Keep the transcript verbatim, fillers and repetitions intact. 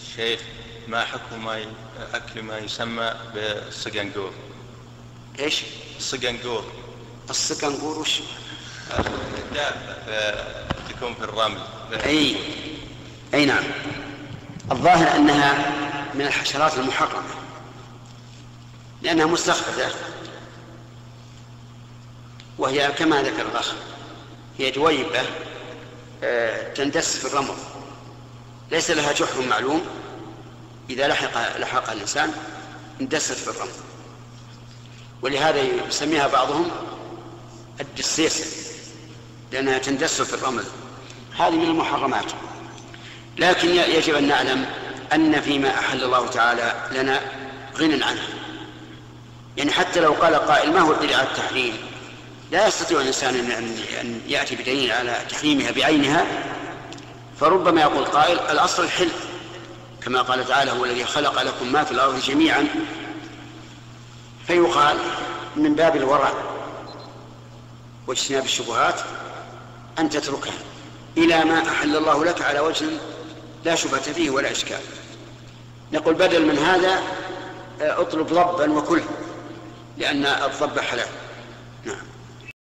شيخ، ما حكم ما ي... أكل ما يسمى بالسقنقور؟ إيش؟ السقنقور. السقنقور وش؟ دابة تكون في الرمل. أي أي نعم. الظاهر أنها من الحشرات المحرمة لأنها مستخبثة، وهي كما ذكر الأخ هي جويبة تندس في الرمل، ليس لها جحر معلوم، إذا لحق لحق الإنسان اندست في الرمل، ولهذا يسميها بعضهم الدسيسة لأنها تندس في الرمل. هذه من المحرمات. لكن يجب أن نعلم أن فيما أحل الله تعالى لنا غنى عنه، يعني حتى لو قال قائل ما هو الدليل على التحريم، لا يستطيع الإنسان أن يأتي بدليل على تحريمها بعينها، فربما يقول قائل الأصل الحل، كما قال تعالى هو الذي خلق لكم ما في الأرض جميعا، فيقال من باب الورع واجتناب الشبهات أن تتركها إلى ما أحل الله لك على وجه لا شبهة فيه ولا إشكال. نقول بدل من هذا اطلب ضبا وكل، لأن الضب حلال.